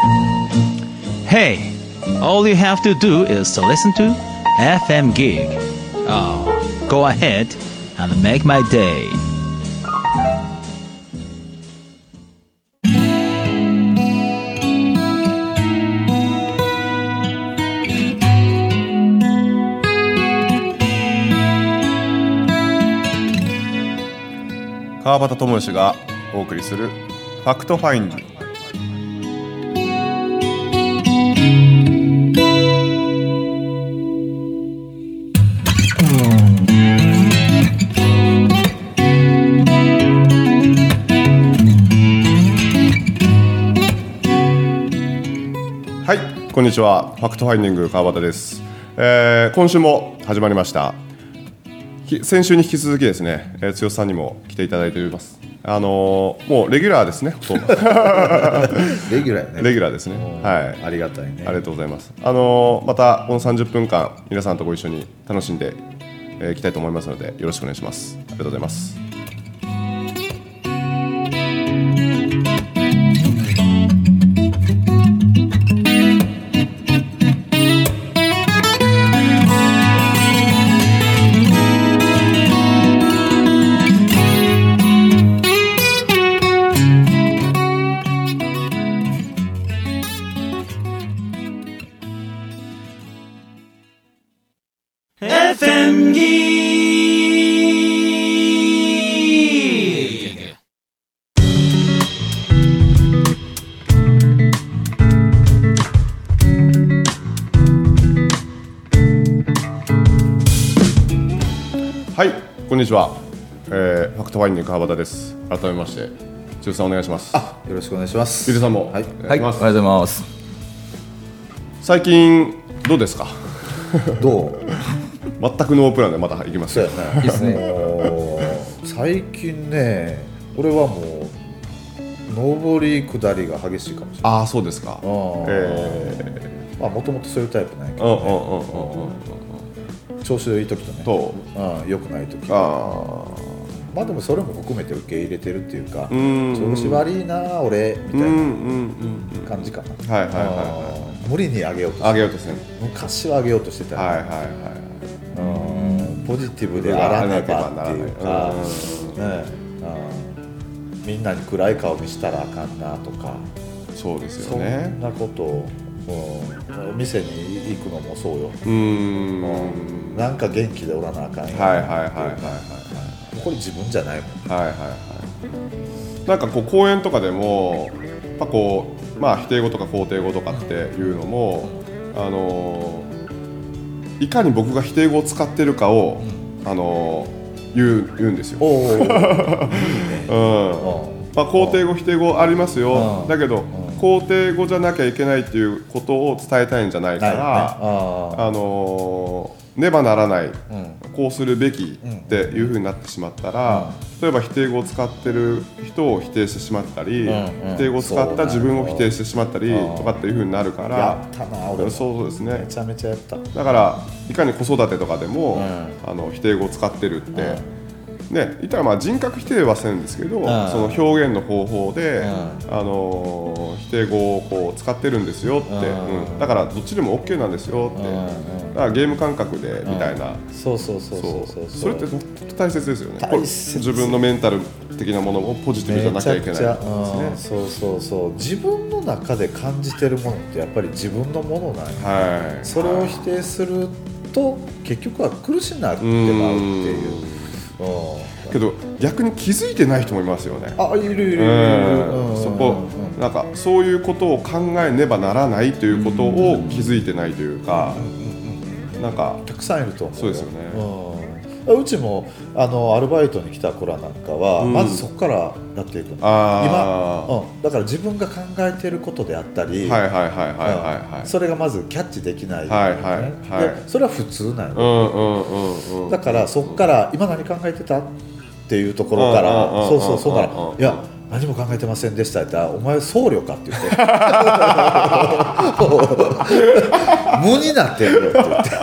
Hey, all you have to do is to listen to FM Gig. Oh, go ahead and make my day. 川端智之がお送りするファクトファインディ。はい、こんにちは。ファクトファインディング川端です。今週も始まりました。先週に引き続きですね、剛さんにも来ていただいております。もうレギュラーですね。 レギュラーね。 レギュラーですね。はい。 ありがたいね。 ありがとうございます。またこの30分間皆さんとご一緒に楽しんでいきたいと思いますのでよろしくお願いします。ありがとうございます。 FM Gig. はい、こんにちは。ファクトファインディング川端です。改めまして剛さんお願いします。 よろしくお願いします。 ゆるさんも、 はい、 お願いします。 ありがとうございます。 最近どうですか？ どう？ 全くノープランでまた行きます。 そうやね。 いいですね。 最近ね、俺はもう上り下りが激しいかもしれない。 ああ、そうですか。 まあもともとそういうタイプなんやけどね。調子のいい時とね。 と、 良くない時。まあでもそれも含めて受け入れてるっていうか、調子悪いな俺みたいな感じかな。 はいはいはい。 無理に上げようとしてる。 昔は上げようとしてたよね。 はいはいはい。 ポジティブであらねばっていうか、みんなに暗い顔見したらあかんなとか、 そうですよね。 そんなことを店に行くのもそうよ。なんか元気でおらなあかんよ。これ自分じゃないもん。 なんかこう講演とかでもやっぱこう、まあ、否定語とか肯定語とかっていうのも、いかに僕が否定語を使ってるかを、言うんですよ。まあ、肯定語否定語ありますよ。だけど肯定語じゃなきゃいけないっていうことを伝えたいんじゃないから、ねばならない、こうするべきっていう風になってしまったら、例えば否定語を使ってる人を否定してしまったり、否定語を使った自分を否定してしまったりとかっていう風になるから、 やったな俺も。 そうですね。 めちゃめちゃやった。 だからいかに子育てとかでも、否定語を使ってるって、ね、言ったらまあ人格否定はせんですけど、その表現の方法で、否定語をこう使ってるんですよって、だからどっちでも OK なんですよって、だからゲーム感覚でみたいな、 それって本当大切ですよね。自分のメンタル的なものもポジティブじゃなきゃいけないですね。 そう自分の中で感じてるものってやっぱり自分のものなんや、それを否定すると結局は苦しくなってまうっていう。 けど逆に気づいてない人もいますよね。 いるそこなんかそういうことを考えねばならないということを気づいてないというか、なんかたくさんいると思う。 そうですよね。 うちもアルバイトに来た頃なんかは、まずそこからやっていく。今、だから自分が考えていることであったり、それがまずキャッチできない、それは普通なの。だからそこから今何考えてたっていうところから、そうからいや何も考えてませんでしたって言ったら、お前僧侶かって言って無になってるよって言って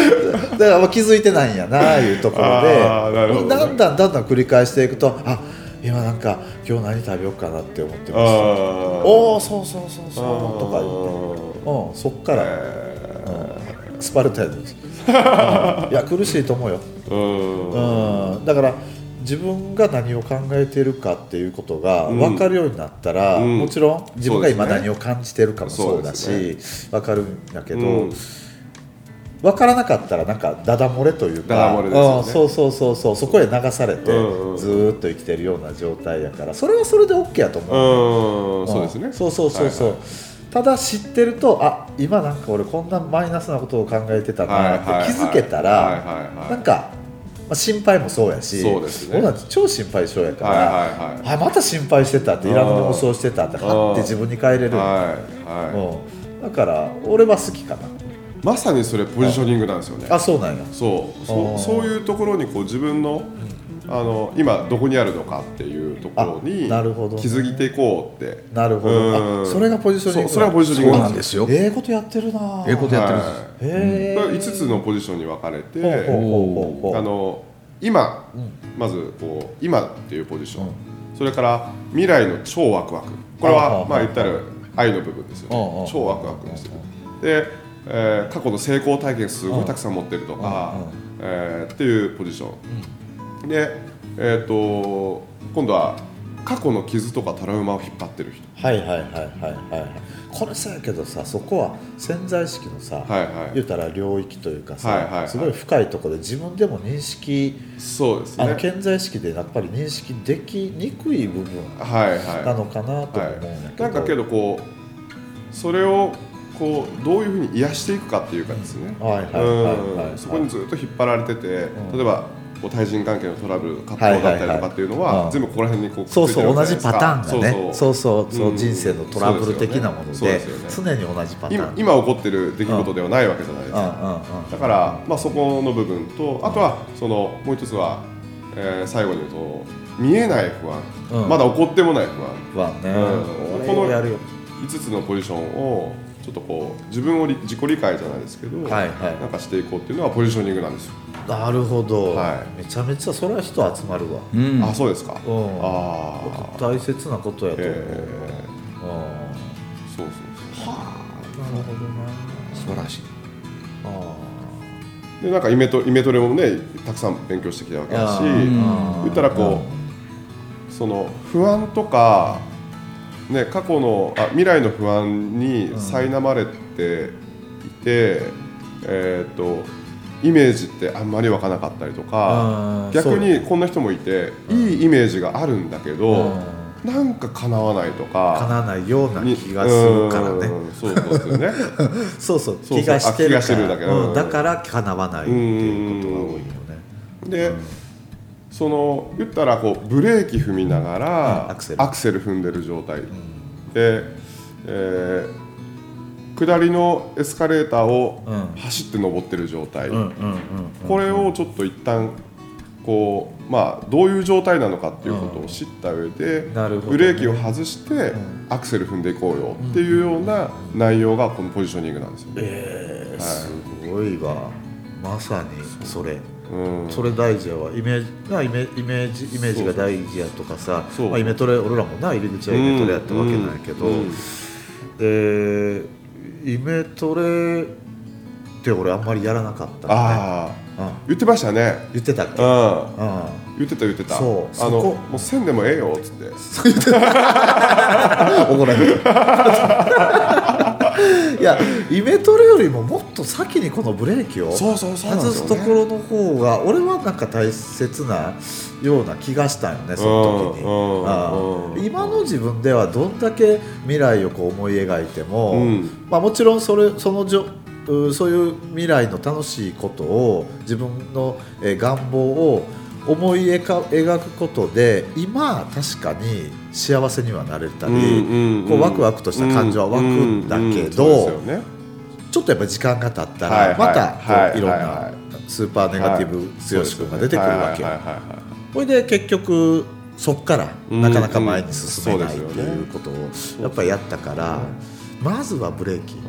だから気づいてないんやないうところで、だんだん繰り返していくと、 今なんか今日何食べようかなって思ってました。おおそうそうそうそうとか言って、そっから、スパルタやですいや苦しいと思うよ。だから自分が何を考えているかっていうことが分かるようになったら、もちろん自分が今何を感じているかもそうだし、分かるんだけど、分からなかったらなんかダダ漏れというか、そこへ流されてずーっと生きてるような状態やから、それはそれで OK やと思う。そうですね。そうただ知ってると、今なんか俺こんなマイナスなことを考えてたなって気づけたら、なんか心配もそうやし、俺たち超心配性やから、また心配してたっていらん妄想してたってはって自分に帰れる。だから俺は好きかな。 まさにそれポジショニングなんですよね。 そうなんや。 そういうところにこう自分の今どこにあるのかっていうところに気づいていこうって。 なるほど。それがポジショニング。 それはポジショニングなんですよ。 ことやってるな。 ことやってる。 5つのポジションに分かれて、今まずこう今っていうポジション、それから未来の超ワクワク。これはまあ言ったら愛の部分ですよね。超ワクワクですよ。で過去の成功体験すごいたくさん持ってるとかっていうポジションで、今度は過去の傷とかトラウマを引っ張ってる人。これさやけどさ、そこは潜在意識のさ、言うたら領域というかさ、すごい深いところで自分でも認識、そうですね、 顕在意識でやっぱり認識できにくい部分なのかなと思うんだけど、 なんかけどこうそれをこうどういうふうに癒していくかっていうかですね、そこにずっと引っ張られてて、例えばこう対人関係のトラブル、葛藤だったりとかっていうのは全部ここら辺にこうくっついてるじゃないですか。 同じパターンがね、人生のトラブル的なもので常に同じパターン、 今起こってる出来事ではないわけじゃないですか。だからそこの部分と、あとはそのもう一つは最後に言うと見えない不安、まだ起こってもない不安ね。この5つのポジションをちょっとこう自分を自己理解じゃないですけど、なんかしていこうっていうのはポジショニングなんですよ。 なるほど、めちゃめちゃそれは人集まるわ。 そうですか。 大切なことやと思う。 そうなるほどな、 素晴らしい。 でなんかイメトレもねたくさん勉強してきたわけだし、言ったらこうその不安とかね、過去の未来の不安に苛まれていて、イメージってあんまり湧かなかったりとか、逆にこんな人もいて、いいイメージがあるんだけど、なんか叶わないとか、 叶わないような気がするからね。 そうですよね。 気がしてるだけど、 だから叶わないっていうことが多いよね。 でその言ったらこうブレーキ踏みながらアクセル踏んでる状態で、下りのエスカレーターを走って登ってる状態、これをちょっと一旦こうどういう状態なのかっていうことを知った上で、ブレーキを外してアクセル踏んでいこうよっていうような内容がこのポジショニングなんですよね。 すごいわ、まさにそれ。それ大事やわ。イメージが大事やとかさ、イメトレ、俺らもな入り口はイメトレやったわけなんやけど、イメトレって俺あんまりやらなかったね。 言ってましたね。 言ってたっけ？ 言ってた。もうせんでもええよっつって。 怒られる。いや、イメトレよりももっと先にこのブレーキを外すところの方が俺はなんか大切なような気がしたよね、その時に。今の自分ではどんだけ未来をこう思い描いても、もちろんそういう未来の楽しいことを自分の願望を思い描くことで今確かに幸せにはなれたり、こうワクワクとした感情は湧くんだけど、ちょっとやっぱり時間が経ったらまたいろんなスーパーネガティブ剛君が出てくるわけよ。これで結局そっからなかなか前に進めないっていうことをやっぱりやったから、まずはブレーキ。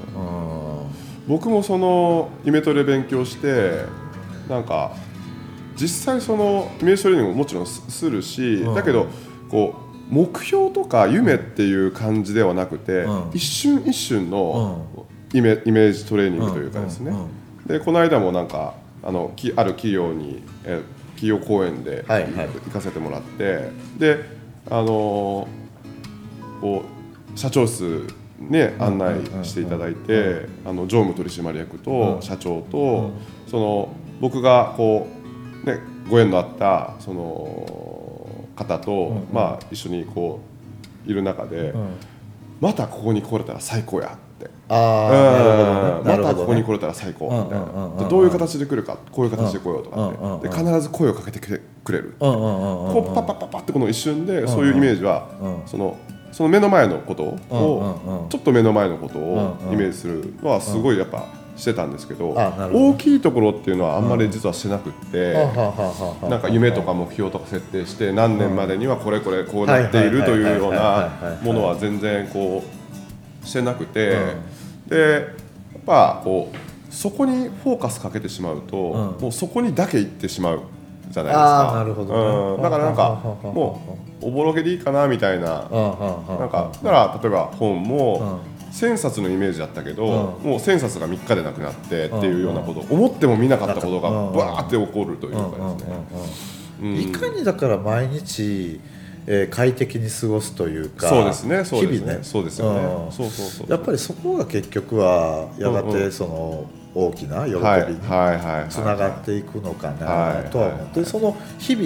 僕もそのイメトレ勉強してなんか実際そのイメージトレーニングももちろんするし、だけどこう目標とか夢っていう感じではなくて、一瞬一瞬のイメージトレーニングというかですね、でこの間もなんかある企業に企業講演で行かせてもらって、でこう社長室ね案内していただいて、常務取締役と社長とその僕がこうねご縁のあったその方とまあ一緒にこういる中で、またここに来れたら最高やって、またここに来れたら最高みたいな、どういう形で来るか、こういう形で来ようとかってで必ず声をかけてくれる、こうパッパッパッパッってこの一瞬でそういうイメージはその目の前のことをちょっと目の前のことをイメージするのはすごいやっぱしてたんですけど、大きいところっていうのはあんまり実はしてなくって、なんか夢とか目標とか設定して何年までにはこれこうなっているというようなものは全然こうしてなくて、でやっぱこうそこにフォーカスかけてしまうともうそこにだけ行ってしまうじゃないですか。 なるほどね。 だからなんかもうおぼろげでいいかなみたいな、なんかだから例えば本も1000冊のイメージだったけど、もう1000冊が3日でなくなってっていうようなことを思っても見なかったことがバーって起こるというかですね、 いかにだから毎日快適に過ごすというか、 そうですね、 日々ね、 そうですよね、 やっぱりそこが結局はやがてその大きな喜びにつながっていくのかなとは思って、その日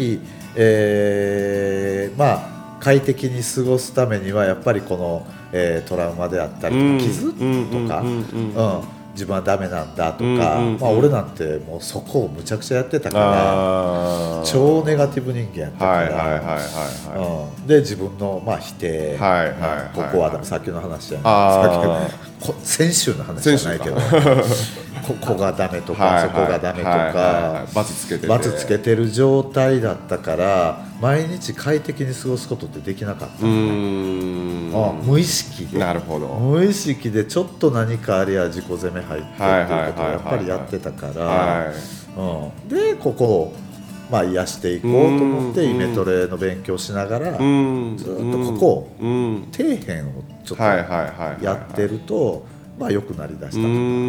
々まあ快適に過ごすためにはやっぱりこのトラウマであったりとか傷とか自分はダメなんだとか、まあ俺なんてもうそこをむちゃくちゃやってたから超ネガティブ人間やったからで自分のまあ否定、ここはさっきの話じゃない先週の話じゃないけどここがダメとかそこがダメとか罰つけてる状態だったから毎日快適に過ごすことってできなかった無意識で無意識でちょっと何かありゃ自己責め入ってっていうことをやっぱりやってたからでここをまあ癒していこうと思ってイメトレの勉強しながらずっとここを底辺をちょっとやってるとまあ良くなりだしたと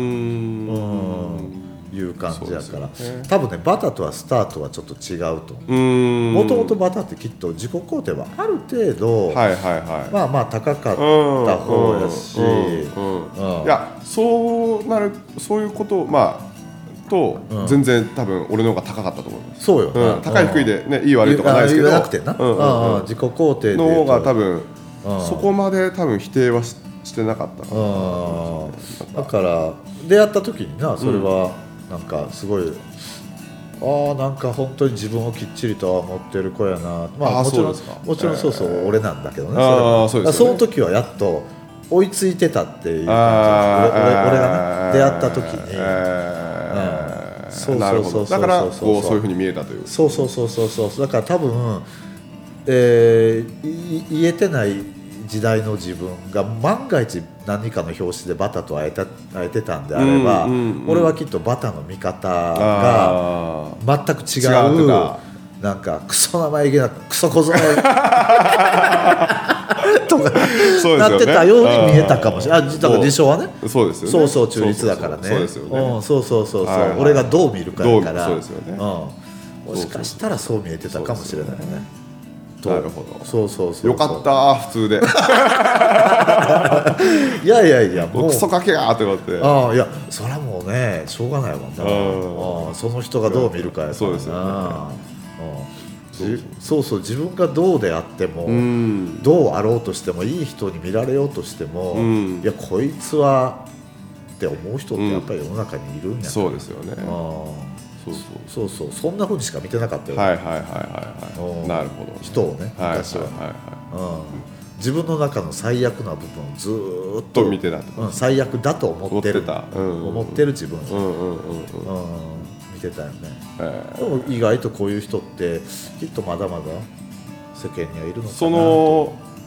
いう感じやから、多分ねバタとはスタートはちょっと違うと。もともとバタってきっと自己肯定はある程度まあまあ高かった方やし、 いやそういうことまあと全然多分俺の方が高かったと思います。 そうよ、 高い低いでねいい悪いとかないですけど、 言わなくてな自己肯定の方が多分そこまで多分否定はしてなかっただから出会った時になそれはなんかすごいなんか本当に自分をきっちりとは思ってる子やな、まあもちろんそう俺なんだけどね、その時はやっと追いついてたっていう感じ、俺がね出会った時にだからそういうふうに見えたという、 そうだから多分言えてない時代の自分が万が一何かの表紙でバタと会えてたんであれば、俺はきっとバタの見方が全く違うなんかクソ生意気なクソ小遣いとかなってたように見えたかもしれない。だから事象はね、そう中立だからね、そう俺がどう見るかだから、もしかしたらそう見えてたかもしれないね。 なるほど。 そうよかった普通でいやもうクソかけやって思って、 いやそれはもうねしょうがないもんな、その人がどう見るかやからな。そうですよね。そう自分がどうであってもどうあろうとしてもいい人に見られようとしても、いやこいつはって思う人ってやっぱり世の中にいるんやから、 そうですよね。 そうそんな風にしか見てなかったよ。 なるほど。 人をね昔は自分の中の最悪な部分をずーっと見てたと、 最悪だと思ってる自分見てたよね。でも意外とこういう人ってきっとまだまだ世間にはいるのかなと。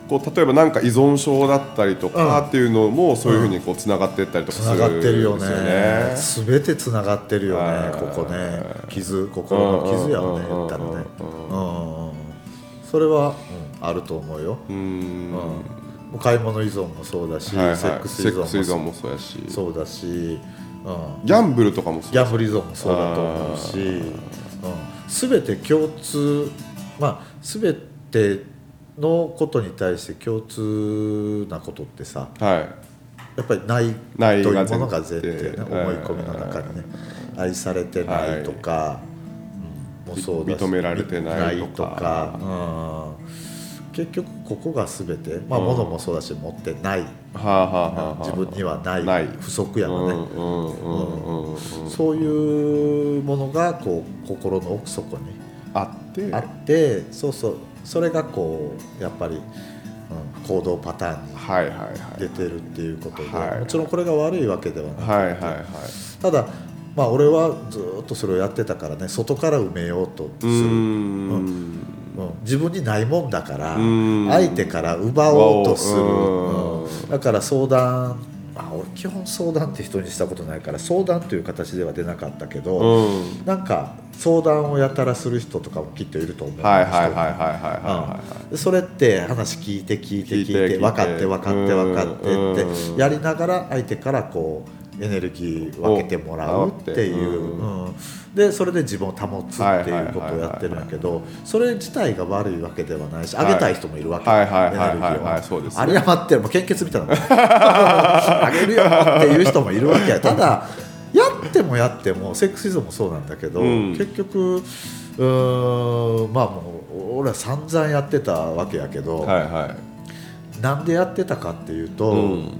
こう例えばなんか依存症だったりとかっていうのもそういうふうにこうつながっていったりとかするんですよね。 つながってるよね。全てつながってるよね。ここね、心の傷やね、言ったらね。それは、あると思うよ。買い物依存もそうだし、セックス依存もそうやし、そうだし、 ギャンブルとかもそう、 ギャンブル依存もそうだと思うし、全て共通、全てのことに対して共通なことってさ、やっぱりないというものが前提ね、思い込みの中にね、愛されてないとか、もうそうだし、 認められてないとか、 結局ここが全て、物もそうだし持ってない、自分にはない不足やわね、そういうものがこう心の奥底にあってそれがこうやっぱり、行動パターンに出てるっていうことで、もちろんこれが悪いわけではなくて、ただ俺はずっとそれをやってたからね、外から埋めようとする、自分にないもんだから相手から奪おうとする、だから相談、俺基本相談って人にしたことないから相談という形では出なかったけど、なんか相談をやたらする人とかもきっといると思うんです。それって話聞いて分かってってやりながら相手からこうエネルギー分けてもらうっていう、でそれで自分を保つっていうことをやってるんだけど、それ自体が悪いわけではないし、あげたい人もいるわけ、エネルギーを有り余ってる、もう献血みたいなあげるよっていう人もいるわけや。ただやってもセックス依存もそうなんだけど、結局もう俺は散々やってたわけやけど、なんでやってたかっていうと、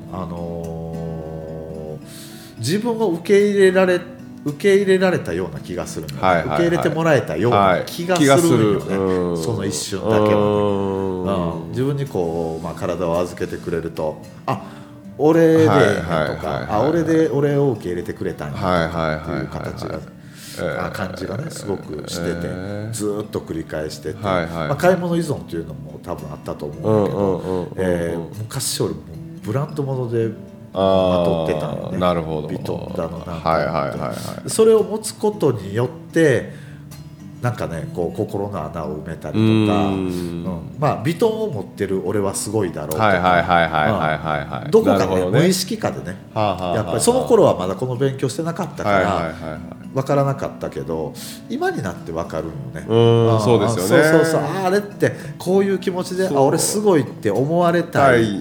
自分を受け入れられたような気がするんだ、受け入れてもらえたような気がするよね、その一瞬だけは、自分にこう、体を預けてくれると、俺でとか、俺を受け入れてくれたんやっていう形が感じがねすごくしてて、ずっと繰り返してて、買い物依存というのも多分あったと思うんだけど、昔俺もブランド物でまとってたのね。 なるほど。 ビトンだのなんか、それを持つことによってなんかねこう心の穴を埋めたりとか、ビトンを持ってる俺はすごいだろうとか、どこかね無意識化でね、やっぱりその頃はまだこの勉強してなかったから分からなかったけど、今になって分かるよね。 そうですよね。 そうあれってこういう気持ちで俺すごいって思われたい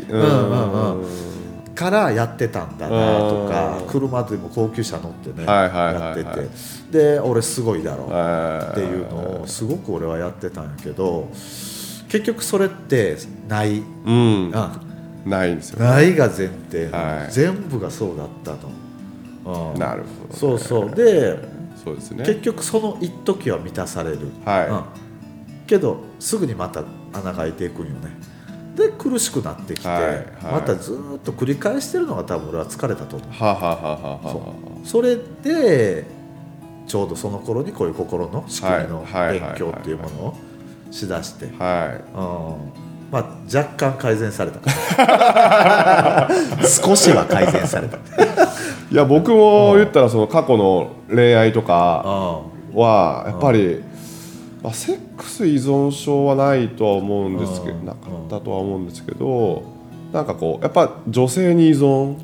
からやってたんだなとか、車でも高級車乗ってねやってて、で俺すごいだろうっていうのをすごく俺はやってたんやけど、結局それってないないんですよね。 ないが前提、全部がそうだったと。 なるほど。 そうでそうですね。 結局その一時は満たされる、けどすぐにまた穴が開いていくんよね。で苦しくなってきて、またずっと繰り返してるのが多分俺は疲れたと思う。それでちょうどその頃にこういう心の仕組みの勉強っていうものをしだして、若干改善されたかな少しは改善された。 いや僕も言ったらその過去の恋愛とかはやっぱりセックス依存症はないとは思うんですけど、なかったとは思うんですけど、なんかこうやっぱ女性に依存、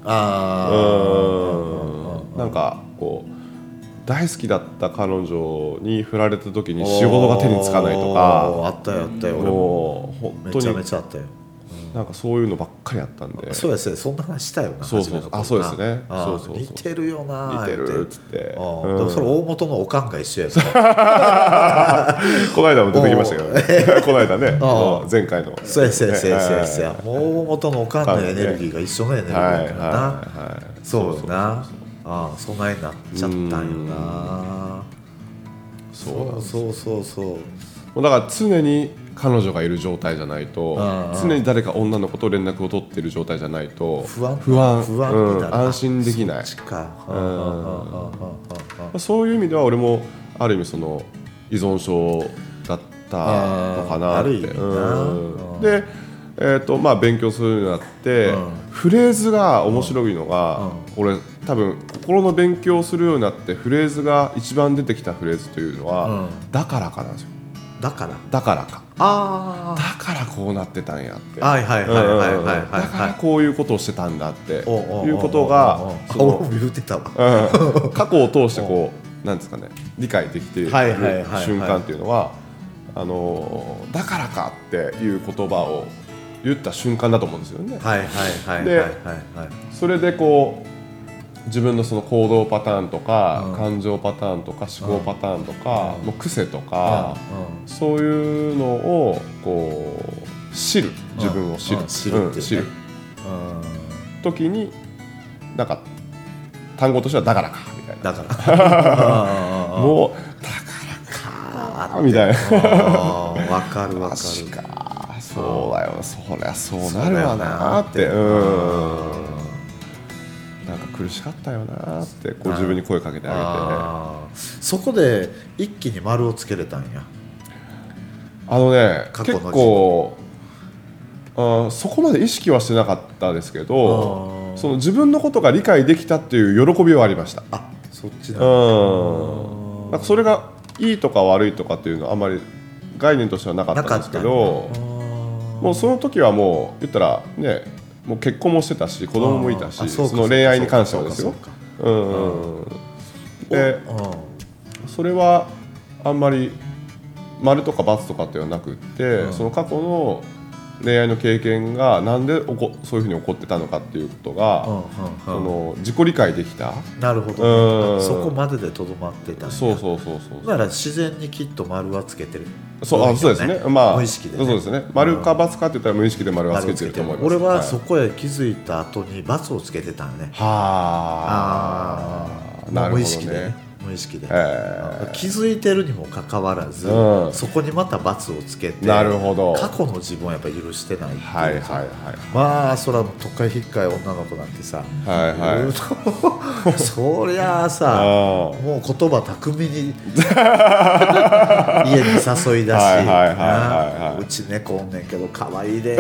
なんかこう大好きだった彼女に振られた時に仕事が手につかないとか、 あったよ俺も本当にめちゃめちゃあったよ。 なんかそういうのばっかりあったんで。 そうですね、そんな話したよな。 そうですね。 似てるよな。 似てるっつって。 でもそれ大元のおかんが一緒やつ。 この間も出てきましたけどね。この間ね、前回の。 そうや。もう大元のおかんのエネルギーが一緒のエネルギーだからな。そうよな。備えになっちゃったんよな。そうだから常に彼女がいる状態じゃないと、常に誰か女の子と連絡を取っている状態じゃないと不安になる、安心できない。そういう意味では俺もある意味その依存症だったのかなって。で勉強するようになって、フレーズが面白いのが、俺多分心の勉強をするようになってフレーズが一番出てきたフレーズというのは、だからかなんですよ。だからか、だからこうなってたんやって、だからこういうことをしてたんだっていうことが、 言ってたわ、 過去を通してこうなんですかね、理解できている瞬間っていうのは、だからかっていう言葉を言った瞬間だと思うんですよね。で、それでこう自分のその行動パターンとか、感情パターンとか思考パターンとか、もう癖とか、そういうのをこう知る、自分を知る時になんか単語としてはだからかみたいな、もうだからかみたいな、 わかるそうだよ、そりゃそうなるわなって、なんか苦しかったよなってこう自分に声かけてあげて、 そこで一気に丸をつけれたんや。 結構そこまで意識はしてなかったですけど、その自分のことが理解できたっていう喜びはありました。 そっちなんかそれがいいとか悪いとかっていうのはあんまり概念としてはなかったんですけど、もうその時はもう言ったらね、もう結婚もしてたし子供もいたし、その恋愛に関してはですよ。でそれはあんまり丸とか×とかではなくって、その過去の恋愛の経験がなんでそういうふうに起こってたのかっていうことが、その自己理解できた。 なるほど、そこまででとどまってたんや。 そうだから自然にきっと丸はつけてる。 そうですね、 無意識でね。 そうですね、丸か×かって言ったら無意識で丸はつけてると思います。 俺はそこへ気づいた後に×をつけてたんね。 なるほどね。 無意識でね、無意識で、気づいてるにもかかわらず、そこにまた×をつけて、 なるほど、 過去の自分はやっぱり許してないっていうか、まあそら都会引っかい女の子なんてさ、そりゃあさ、もう言葉巧みに家に誘い出し、うち猫おんねんけど可愛いで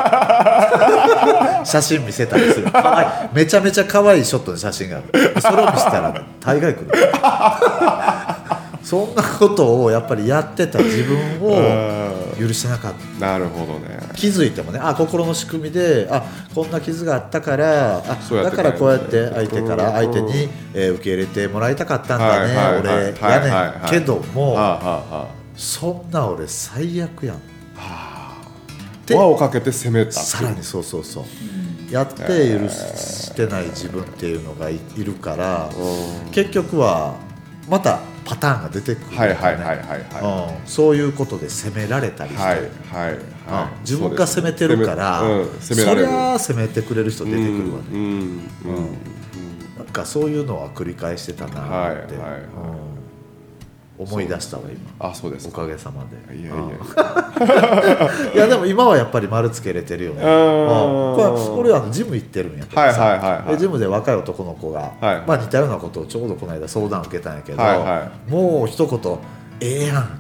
写真見せたりする。めちゃめちゃ可愛いショットの写真がある。それを見せたら大概来る。そんなことをやっぱりやってた自分を許してなかった。 なるほどね。 気づいてもね、心の仕組みでこんな傷があったからだからこうやって相手に受け入れてもらいたかったんだね、俺やねんけども、そんな俺最悪やん。 輪をかけて攻めた。 さらにそうやって許してない自分っていうのがいるから、結局はまたパターンが出てくる。そういうことで責められたりして、自分が責めてるから、そりゃ責めてくれる人出てくるわね。なんかそういうのは繰り返してたなって思い出したわ今。 そうです。 おかげさまで。いやでも今はやっぱり丸つけれてるよね。俺はジム行ってるんやけどさ、ジムで若い男の子が似たようなことをちょうどこの間相談を受けたんやけど、もう一言やん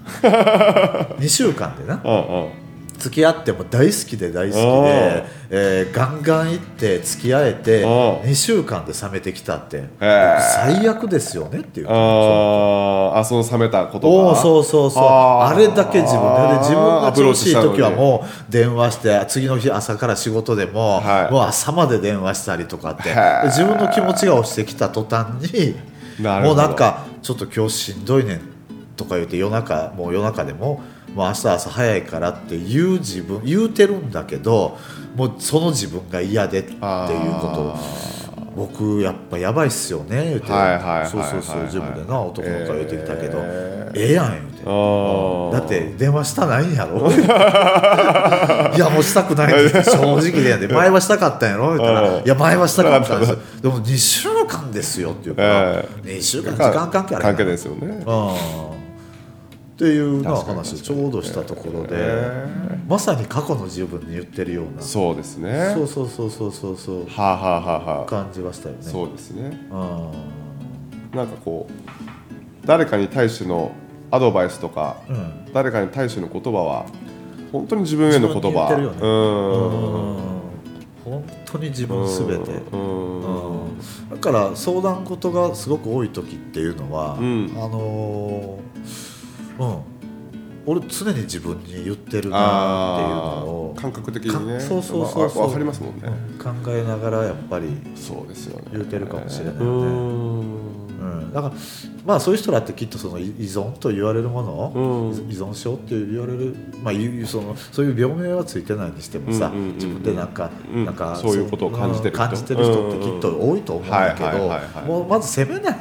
2週間でな、付き合っても大好きでガンガン行って付き合えて2週間で冷めてきたって、最悪ですよねっていう。その冷めたことがあれだけ自分が調子いい時はもう電話して、次の日朝から仕事でももう朝まで電話したりとかって、自分の気持ちが落ちてきた途端にもうなんかちょっと今日しんどいねんとか言って夜中でももう明日朝早いからって言うてるんだけど、もうその自分が嫌でっていうことを僕やっぱやばいっすよね言うて、そう自分でな男の子が言ってきたけど、やん言うて、だって電話したないんやろいやもうしたくないって正直でやで、前はしたかったんやろ言ったら、いや前はしたかったんですでも2週間ですよっていうか、2週間時間関係ある関係ですよねっていう話をちょうどしたところで、まさに過去の自分に言ってるような、 そうですね、 そう感じはしたよね。 そうですね。なんかこう誰かに対してのアドバイスとか、誰かに対しての言葉は本当に自分への言葉、 本当に自分すべて、だから相談事がすごく多い時っていうのは、俺常に自分に言ってるなっていうのを感覚的にね、 そう分かりますもんね、 考えながらやっぱりそうですよね、 言ってるかもしれないよね。だからまあそういう人だってきっとその依存と言われるもの、依存症って言われる、まあ、そういう病名はついてないにしてもさ、自分でなんかそういうことを感じてる人ってきっと多いと思うんだけど、もうまず責めない。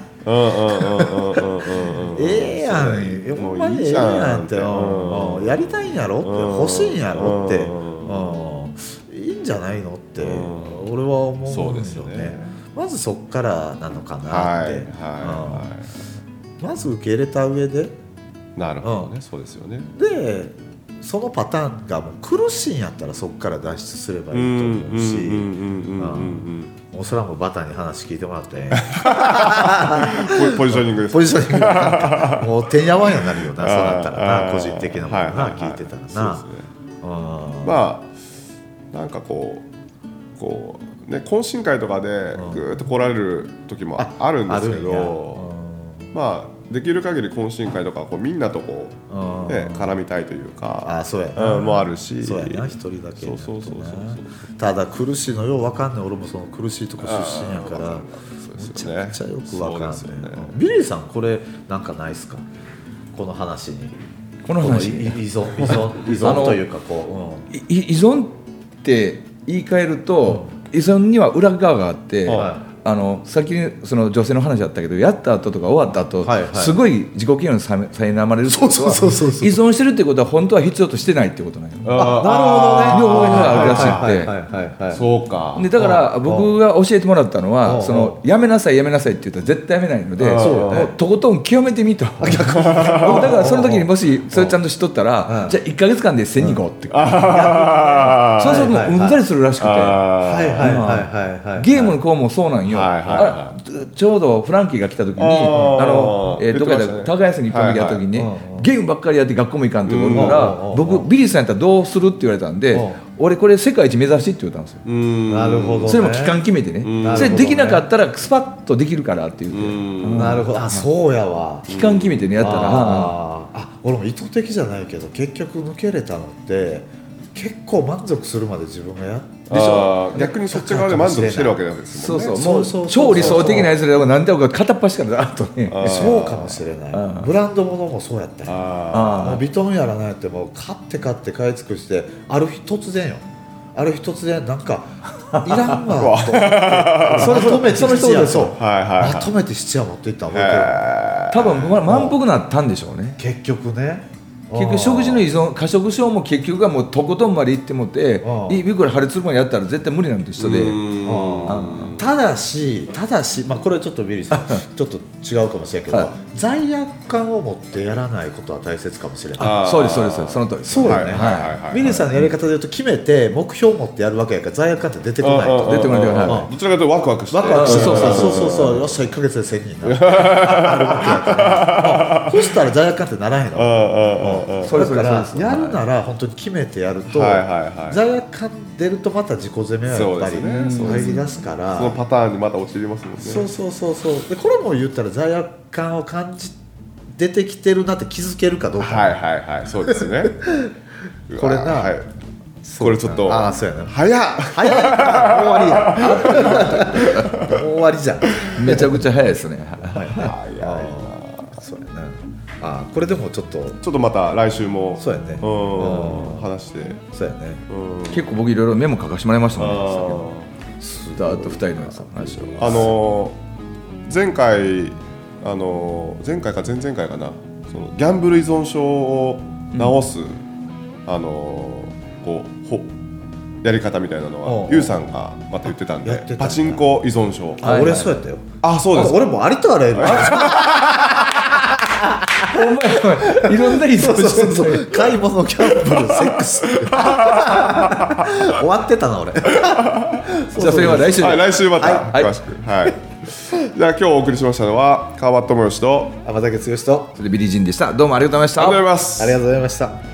ええやん、ほんまにええやんって、やりたいんやろって、欲しいんやろって、いいんじゃないのって俺は思うんですよね。まずそっからなのかなって、まず受け入れた上で、 なるほどね、そうですよね。 でそのパターンがもう苦しいんやったらそこから脱出すればいいと思うし、もうそれはもうバターに話聞いてもらってポジショニングです。 ポジショニングもうてんやわんやになるよな、そうなったらな、個人的なものな、聞いてたらな。 まあなんかこうね、懇親会とかでぐーっと来られる時もあるんですけど、まあできる限り懇親会とかみんなと絡みたいというか、 そうやもあるし、 そうやな、一人だけ。 そうただ苦しいのよう分かんない。俺もその苦しいとこ出身やからめちゃくちゃよく分かんない。ビリーさんこれなんかないっすか、この話に。この話、依存というか依存って言い換えると、依存には裏側があって、さっきその女性の話だったけど、やった後とか終わった後、すごい自己嫌悪に苛まれるってことは、依存してるってことは本当は必要としてないってことなんよ。 なるほどね。 両方があるらしくて、 そうか。 でだから僕が教えてもらったのは、そのやめなさいって言ったら絶対やめないので、とことん清めてみと。だからその時にもしそれちゃんと知っとったら、じゃあ1ヶ月間で1000人行こうって。そうするとうんざりするらしくて、ゲームの子もそうなんよ。ちょうどフランキーが来た時にどこやった高安に行った時やった時にね、ゲームばっかりやって学校も行かんって言うから僕ビリーさんやったらどうするって言われたんで、俺これ世界一目指してって言ったんですよ。 なるほどね。 それも期間決めてね、それできなかったらスパッとできるからって言って、 なるほど、そうやわ、 期間決めてねやったら、 俺も意図的じゃないけど結局抜けれたのって結構満足するまで自分がやってでしょ。 逆にそっち側で満足してるわけですもんね。 もう超理想的なやつで何ていうか片っ端からだとね。 そうかもしれない。ブランド物もそうやったよ。もうヴィトンやらないってもう買って買い尽くして、ある日突然なんかいらんわと思ってそれ止めて質屋まとめて質屋持っていったの多分満腹なったんでしょうね、 結局ね。 結局食事の依存、過食症も結局はもうとことんまで行ってもっていくら破裂するまでやったら絶対無理なんて人で、 ただし、まあ、これはちょっとビリーさんちょっと違うかもしれないけど、罪悪感を持ってやらないことは大切かもしれない。 そうです、その通りです。 そうよね。ビリーさんのやり方で言うと決めて目標を持ってやるわけやから罪悪感って出てこないと。 出てこない。 どちらかというとワクワクして、 そうよっしゃ1ヶ月で1000人なるわけやからそしたら罪悪感ってならへんの。だからやるなら本当に決めてやると、罪悪感出るとまた自己責めはやっぱり入り出すから、 そのパターンにまた陥りますもんね。 そうでこれも言ったら罪悪感を感じ出てきてるなって気づけるかどうか。 そうですね。 これな、 これちょっとそうやな、 早いもう終わりやもう終わりじゃん。 めちゃくちゃ早いですね。 そうやな。これでもちょっとまた来週もそうやね、 話して。 そうやね。 結構僕いろいろメモ書かしてもらいましたもんね。スタート2人の話を。 前回か前々回かな、そのギャンブル依存症を治す、やり方みたいなのはユウさんがまた言ってたんで、パチンコ依存症。 俺そうやったよ。 そうです。 俺もありとあらゆるいろんな依存症、 買い物、ギャンブル、セックス終わってたな俺。じゃあそれは来週また詳しく。じゃあ今日お送りしましたのは川端智義と天竹剛とそれでビリージンでした。どうもありがとうございました。 ありがとうございます。 ありがとうございました。